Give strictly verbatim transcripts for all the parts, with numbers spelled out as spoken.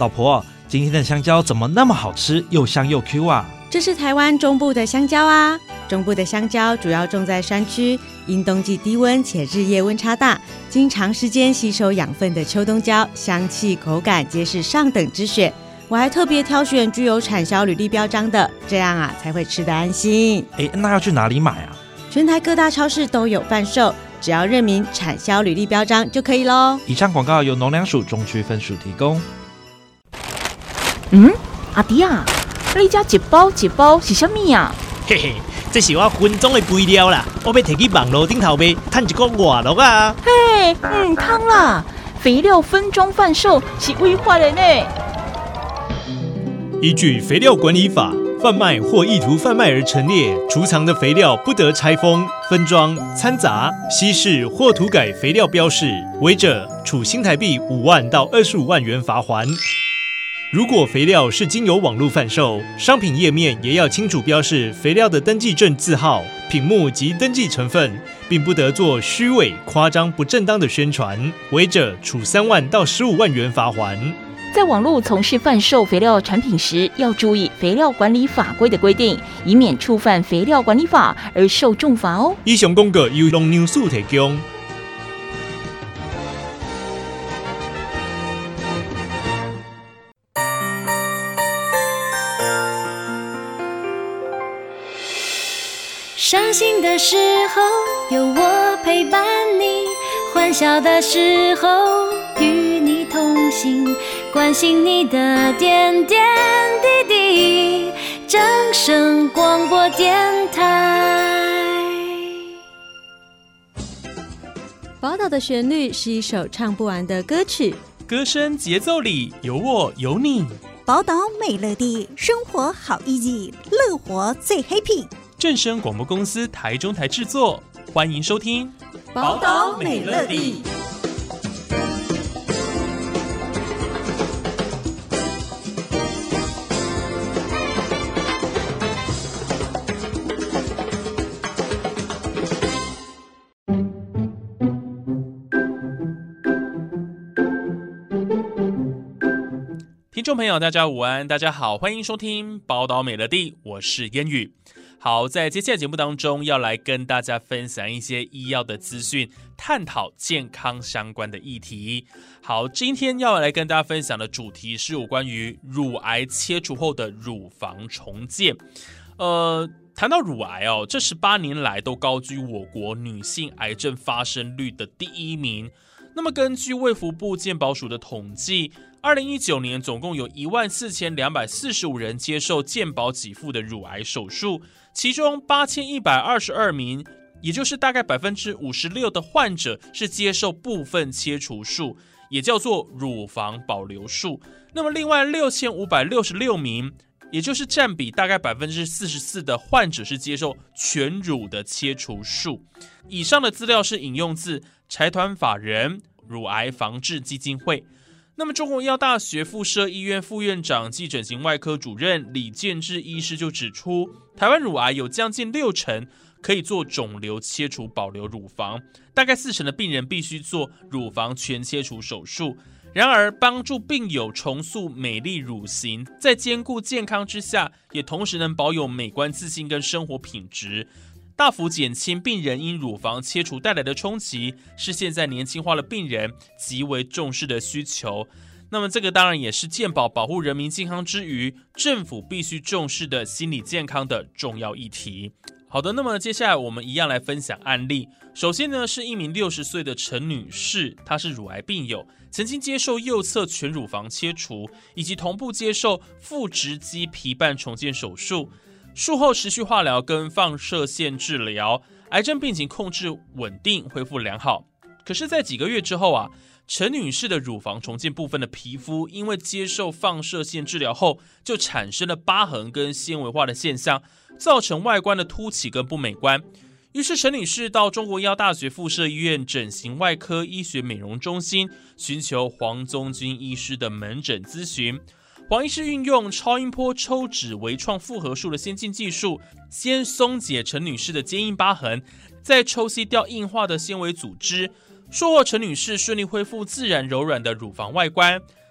老婆，今天的香蕉怎么那么好吃，又香又 Q 啊？ 这是台湾中部的香蕉啊。中部的香蕉主要种在山区，因冬季低温且日夜温差大，经长时间吸收养分的秋冬蕉，香气口感皆是上等之选。我还特别挑选具有产销履历标章的，这样啊才会吃得安心。 哎，那要去哪里买啊？ 全台各大超市都有贩售，只要认明产销履历标章就可以咯。 以上广告由农粮署中区分署提供。 嗯，阿弟啊，你这一包一包是什么啊？ 嘿嘿，这是我分装的肥料啦，我要摕去网络顶头卖，赚一个外乐啊！ 嘿，唔通啦，肥料分装贩售是违法的呢。 依据肥料管理法，贩卖或意图贩卖而陈列、储藏的肥料不得拆封、分装、掺杂、稀释或涂改肥料标示，违者处新台币五万到二十五万元罚锾。如果肥料是经由网络贩售，商品页面也要清楚标示肥料的登记证字号、品目及登记成分，并不得做虚伪、夸张、不正当的宣传，违者处三万到十五万元罚锾。 在网络从事贩售肥料产品时，要注意肥料管理法规的规定，以免触犯肥料管理法而受重罚哦。 以上广告由农粮署提供。 伤心的时候有我陪伴你，欢笑的时候与你同行，关心你的点点滴滴。正声广播电台。 宝岛的旋律是一首唱不完的歌曲， 歌声节奏里有我有你。 宝岛美乐地，生活好 easy， 乐活最 happy。 正声广播公司台中台制作，欢迎收听宝岛美乐地。 听众朋友大家午安，大家好，欢迎收听宝岛美乐地，我是烟雨。好，在接下来节目当中要来跟大家分享一些医药的资讯，探讨健康相关的议题。好，今天要来跟大家分享的主题是有关于乳癌切除后的乳房重建。呃，谈到乳癌哦，这十八年来都高居我国女性癌症发生率的第一名。那么根据卫福部健保署的统计，二零一九年总共有一万四千两百四十五人接受健保给付的乳癌手术，其中八千一百二十二名，也就是大概百分之五十六的患者是接受部分切除术，也叫做乳房保留术。那么另外六千五百六十六名，也就是占比大概百分之四十四的患者是接受全乳的切除术。以上的资料是引用自财团法人乳癌防治基金会。那么中国医药大学附设医院副院长暨整形外科主任李建志医师就指出，台湾乳癌有将近六成可以做肿瘤切除保留乳房，大概四成的病人必须做乳房全切除手术。然而帮助病友重塑美丽乳型，在兼顾健康之下，也同时能保有美观自信跟生活品质，大幅减轻病人因乳房切除带来的冲击，是现在年轻化的病人极为重视的需求。那么这个当然也是健保保护人民健康之余，政府必须重视的心理健康的重要议题。好的，那么接下来我们一样来分享案例。首先呢，是一名六十岁的陈女士，她是乳癌病友，曾经接受右侧全乳房切除，以及同步接受腹直肌皮瓣重建手术。术后持续化疗跟放射线治疗，癌症病情控制稳定，恢复良好。可是在几个月之后啊，陈女士的乳房重建部分的皮肤因为接受放射线治疗后，就产生了疤痕跟纤维化的现象，造成外观的凸起跟不美观。于是陈女士到中国医药大学附设医院整形外科医学美容中心寻求黄宗军医师的门诊咨询。黄医师运用超音波抽脂微创复合术的先进技术，先松解陈女士的坚硬疤痕，再抽吸掉硬化的纤维组织。术后陈女士顺利恢复自然柔软的乳房外观。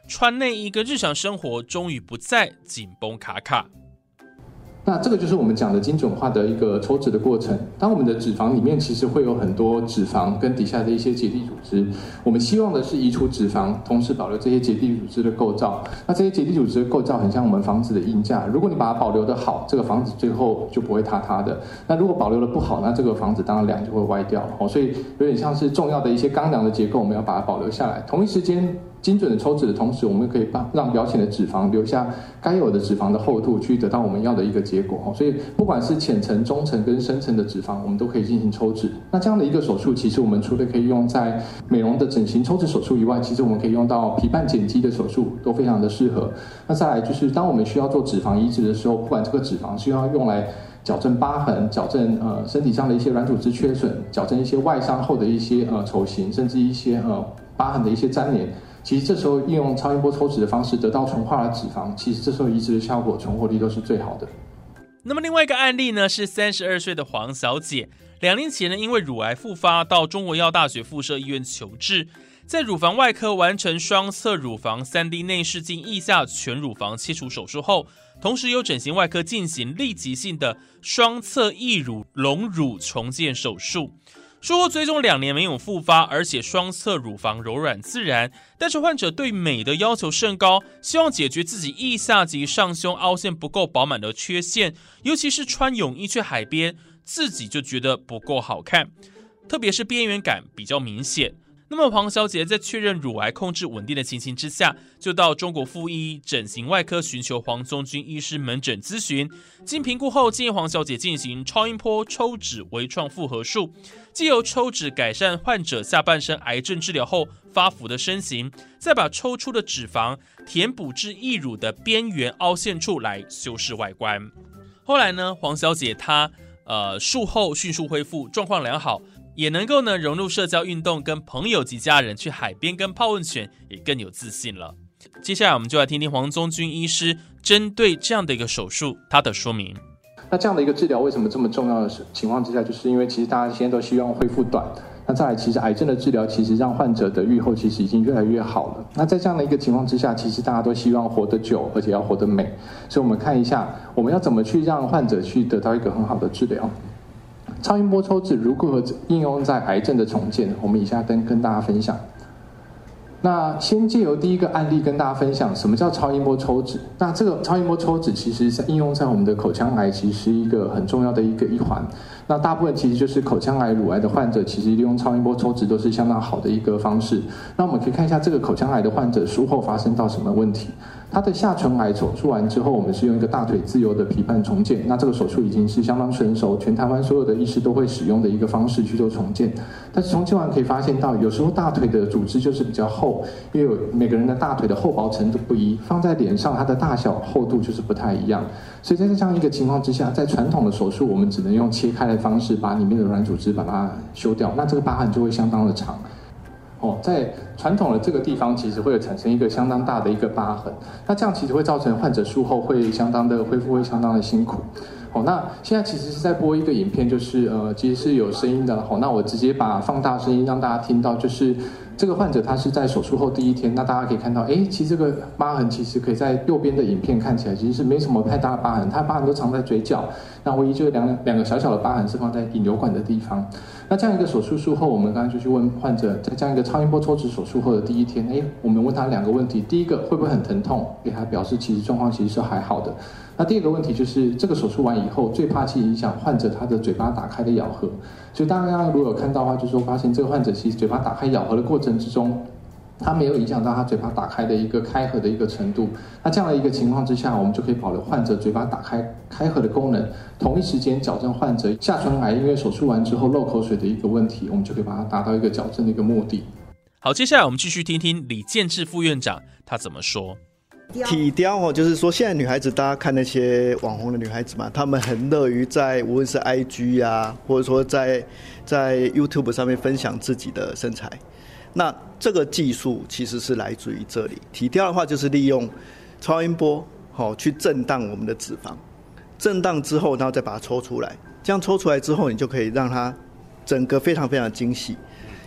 穿内衣跟日常生活终于不再紧绷卡卡。 那这个就是我们讲的精准化的一个抽脂的过程。当我们的脂肪里面其实会有很多脂肪跟底下的一些结缔组织，我们希望的是移除脂肪，同时保留这些结缔组织的构造。那这些结缔组织的构造很像我们房子的硬架，如果你把它保留的好，这个房子最后就不会塌塌的。那如果保留的不好，那这个房子当然梁就会歪掉。所以有点像是重要的一些钢梁的结构，我们要把它保留下来。同一时间精准的抽脂的同时，我们可以让表浅的脂肪留下该有的脂肪的厚度，去得到我们要的一个结果。所以不管是浅层、中层跟深层的脂肪，我们都可以进行抽脂。那这样的一个手术，其实我们除了可以用在美容的整形抽脂手术以外，其实我们可以用到皮瓣减肌的手术，都非常的适合。那再来就是当我们需要做脂肪移植的时候，不管这个脂肪需要用来矫正疤痕、矫正呃身体上的一些软组织缺损、矫正一些外伤后的一些呃丑型，甚至一些呃疤痕的一些粘连，其实这时候运用超音波抽脂的方式得到纯化的脂肪，其实这时候移植的效果、存活率都是最好的。 那么另外一个案例呢，是三十二岁的黄小姐，两年前呢因为乳癌复发到中国药大学附设医院求治，在乳房外科完成双侧乳房 三 D 内视镜腋下全乳房切除手术后，同时由整形外科进行立即性的双侧义乳隆乳重建手术。术后追踪两年没有复发，而且双侧乳房柔软自然，但是患者对美的要求甚高，希望解决自己腋下及上胸凹陷不够饱满的缺陷，尤其是穿泳衣去海边，自己就觉得不够好看，特别是边缘感比较明显。那么黄小姐在确认乳癌控制稳定的情形之下，就到中国附医整形外科寻求黄宗军医师门诊咨询。经评估后，建议黄小姐进行超音波抽脂微创复合术，藉由抽脂改善患者下半身癌症治疗后发福的身形，再把抽出的脂肪填补至义乳的边缘凹陷处来修饰外观。后来呢，黄小姐她呃术后迅速恢复，状况良好，也能够呢融入社交运动，跟朋友及家人去海边跟泡温泉，也更有自信了。接下来我们就来听听黄宗军医师针对这样的一个手术他的说明。 那这样的一个治疗为什么这么重要的情况之下，就是因为其实大家现在都希望恢复短，那再来其实癌症的治疗其实让患者的预后其实已经越来越好了。那在这样的一个情况之下，其实大家都希望活得久，而且要活得美，所以我们看一下我们要怎么去让患者去得到一个很好的治疗。超音波抽脂如何应用在癌症的重建，我们以下跟跟大家分享。那先借由第一个案例跟大家分享什么叫超音波抽脂。那这个超音波抽脂其实在应用在我们的口腔癌，其实是一个很重要的一个一环。那大部分其实就是口腔癌、乳癌的患者，其实利用超音波抽脂都是相当好的一个方式。那我们可以看一下这个口腔癌的患者术后发生到什么问题。他的下唇癌手术完之后，我们是用一个大腿自由的皮瓣重建。那这个手术已经是相当成熟，全台湾所有的医师都会使用的一个方式去做重建。但是重建完可以发现到，有时候大腿的组织就是比较厚，因为每个人的大腿的厚薄程度不一，放在脸上它的大小厚度就是不太一样。所以在这样一个情况之下，在传统的手术我们只能用切开的方式把里面的软组织把它修掉，那这个疤痕就会相当的长。哦，在传统的这个地方其实会有产生一个相当大的一个疤痕，那这样其实会造成患者术后会相当的恢复会相当的辛苦。哦，那现在其实是在播一个影片，就是呃其实是有声音的。哦，那我直接把放大声音让大家听到，就是这个患者他是在手术后第一天，那大家可以看到，哎，其实这个疤痕其实可以在右边的影片看起来其实是没什么太大的疤痕，它疤痕都藏在嘴角，那唯一就是两两个小小的疤痕是放在引流管的地方。那这样一个手术术后，我们刚才就去问患者，在这样一个超音波抽脂手术后的第一天，哎，我们问他两个问题，第一个会不会很疼痛，给他表示其实状况其实是还好的。那第二个问题就是这个手术完以后，最怕去影响患者他的嘴巴打开的咬合，所以大家刚刚如果有看到的话，就是说发现这个患者其实嘴巴打开咬合的过程之中，它没有影响到他嘴巴打开的一个开合的一个程度。那这样的一个情况之下，我们就可以保留患者嘴巴打开开合的功能，同一时间矫正患者下唇癌因为手术完之后漏口水的一个问题，我们就可以把它达到一个矫正的一个目的。 好，接下来我们继续听听李建志副院长他怎么说。 体雕哦，就是说现在女孩子，大家看那些网红的女孩子嘛，她们很乐于在无论是 I G 啊，或者说在在 YouTube 上面分享自己的身材。那这个技术其实是来自于这里。体雕的话，就是利用超音波好去震荡我们的脂肪，震荡之后，然后再把它抽出来。这样抽出来之后，你就可以让它整个非常非常精细。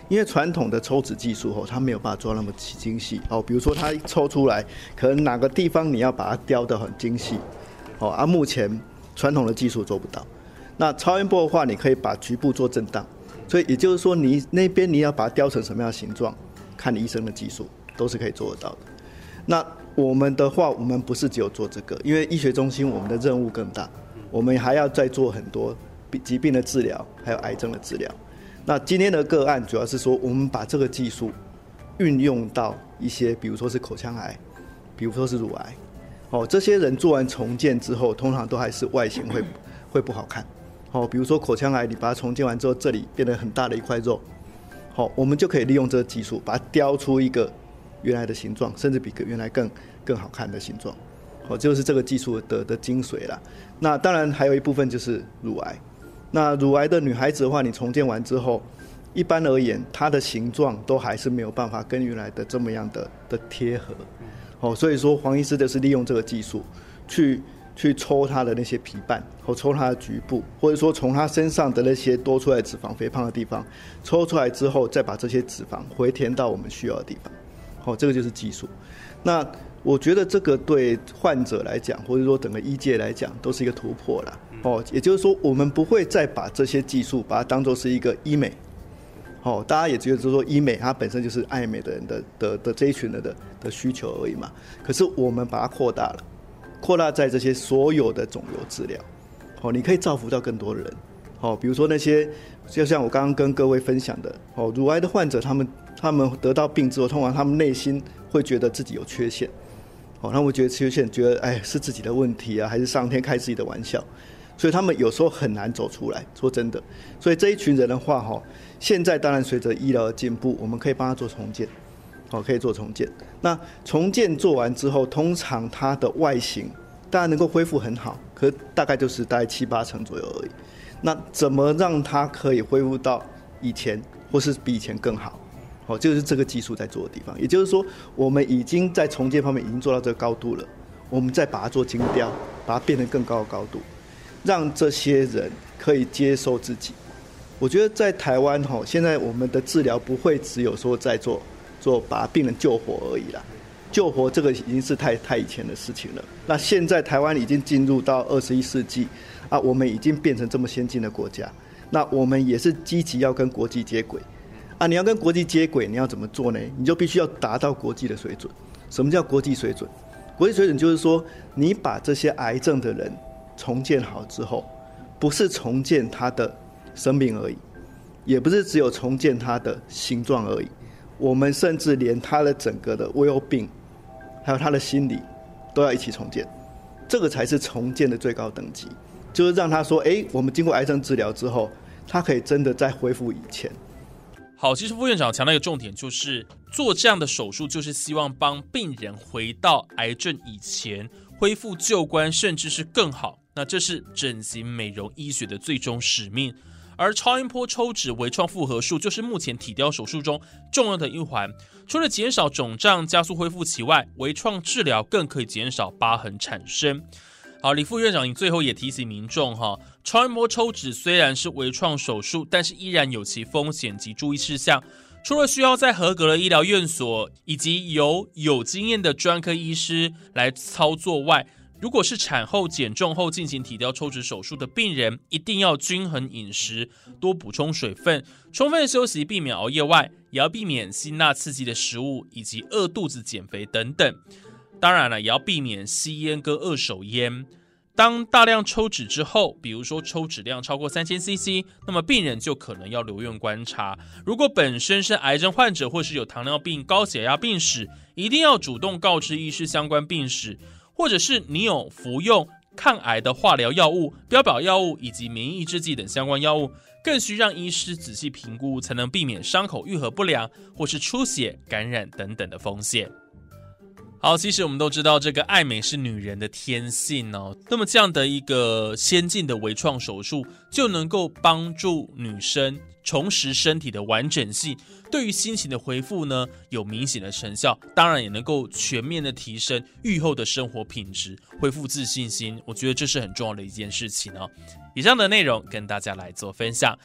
因为传统的抽脂技术哦，它没有办法做那么精细哦。比如说它抽出来，可能哪个地方你要把它雕得很精细哦，啊，目前传统的技术做不到。那超音波的话，你可以把局部做震荡，所以也就是说，你那边你要把它雕成什么样的形状，看你医生的技术都是可以做得到的。那我们的话，我们不是只有做这个，因为医学中心我们的任务更大，我们还要再做很多疾病的治疗，还有癌症的治疗。那今天的个案主要是说，我们把这个技术运用到一些，比如说是口腔癌，比如说是乳癌，哦，这些人做完重建之后，通常都还是外形会会不好看，哦，比如说口腔癌，你把它重建完之后，这里变得很大的一块肉，好，我们就可以利用这个技术，把它雕出一个原来的形状，甚至比原来更更好看的形状，好，就是这个技术的的精髓啦。那当然还有一部分就是乳癌。那乳癌的女孩子的话，你重建完之后，一般而言，它的形状都还是没有办法跟原来的这么样的的贴合。哦，所以说黄医师就是利用这个技术，去去抽她的那些皮瓣，或抽她的局部，或者说从她身上的那些多出来的脂肪、肥胖的地方抽出来之后，再把这些脂肪回填到我们需要的地方。哦，这个就是技术。那我觉得这个对患者来讲，或者说整个医界来讲，都是一个突破啦。哦，也就是说，我们不会再把这些技术把它当作是一个医美。哦，大家也觉得说医美它本身就是爱美的人的的的这一群人的的需求而已嘛。可是我们把它扩大了，扩大在这些所有的肿瘤治疗。哦，你可以造福到更多的人。哦，比如说那些就像我刚刚跟各位分享的，哦，乳癌的患者，他们他们得到病之后，通常他们内心会觉得自己有缺陷。哦，他们会觉得缺陷，觉得哎是自己的问题啊，还是上天开自己的玩笑，所以他们有时候很难走出来。说真的，所以这一群人的话，哈，现在当然随着医疗的进步，我们可以帮他做重建，哦，可以做重建。那重建做完之后，通常它的外形当然能够恢复很好，可是大概就是大概七八成左右而已。那怎么让它可以恢复到以前，或是比以前更好？哦，就是这个技术在做的地方。也就是说，我们已经在重建方面已经做到这个高度了，我们再把它做精雕，把它变成更高的高度，让这些人可以接受自己。我觉得在台湾哈，现在我们的治疗不会只有说在做做把病人救活而已啦，救活这个已经是太太以前的事情了。那现在台湾已经进入到二十一世纪啊，我们已经变成这么先进的国家，那我们也是积极要跟国际接轨。啊，你要跟国际接轨，你要怎么做呢？你就必须要达到国际的水准。什么叫国际水准？国际水准就是说，你把这些癌症的人重建好之后，不是重建他的生命而已，也不是只有重建他的形状而已，我们甚至连他的整个的 well-being， 还有他的心理，都要一起重建。这个才是重建的最高等级，就是让他说，哎，我们经过癌症治疗之后，他可以真的再恢复以前。 好，其实副院长强调一个重点，就是做这样的手术，就是希望帮病人回到癌症以前，恢复旧观，甚至是更好。那这是整形美容医学的最终使命。而超音波抽脂微创复合术就是目前体雕手术中重要的一环，除了减少肿胀、加速恢复期外，微创治疗更可以减少疤痕产生。好，李副院长，你最后也提醒民众哈，超音波抽脂虽然是微创手术，但是依然有其风险及注意事项。除了需要在合格的医疗院所以及由有经验的专科医师来操作外，如果是产后减重后进行体雕抽脂手术的病人，一定要均衡饮食，多补充水分，充分休息，避免熬夜外，也要避免辛辣刺激的食物以及饿肚子减肥等等。当然了，也要避免吸烟跟二手烟。当大量抽脂之后，比如说抽脂量超过 三千 C C， 那么病人就可能要留院观察。如果本身是癌症患者或是有糖尿病、高血压病史，一定要主动告知医师相关病史，或者是你有服用抗癌的化疗药物、标靶药物以及免疫抑制剂等相关药物，更需让医师仔细评估，才能避免伤口愈合不良或是出血、感染等等的风险。好，其实我们都知道这个爱美是女人的天性哦。那么这样的一个先进的微创手术，就能够帮助女生重拾身体的完整性，对于心情的恢复呢有明显的成效，当然也能够全面的提升愈后的生活品质，恢复自信心。我觉得这是很重要的一件事情哦。以上的内容跟大家来做分享。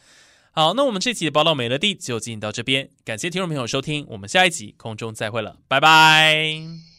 好，那我们这集的宝岛美乐蒂就进行到这边，感谢听众朋友收听，我们下一集空中再会了，拜拜。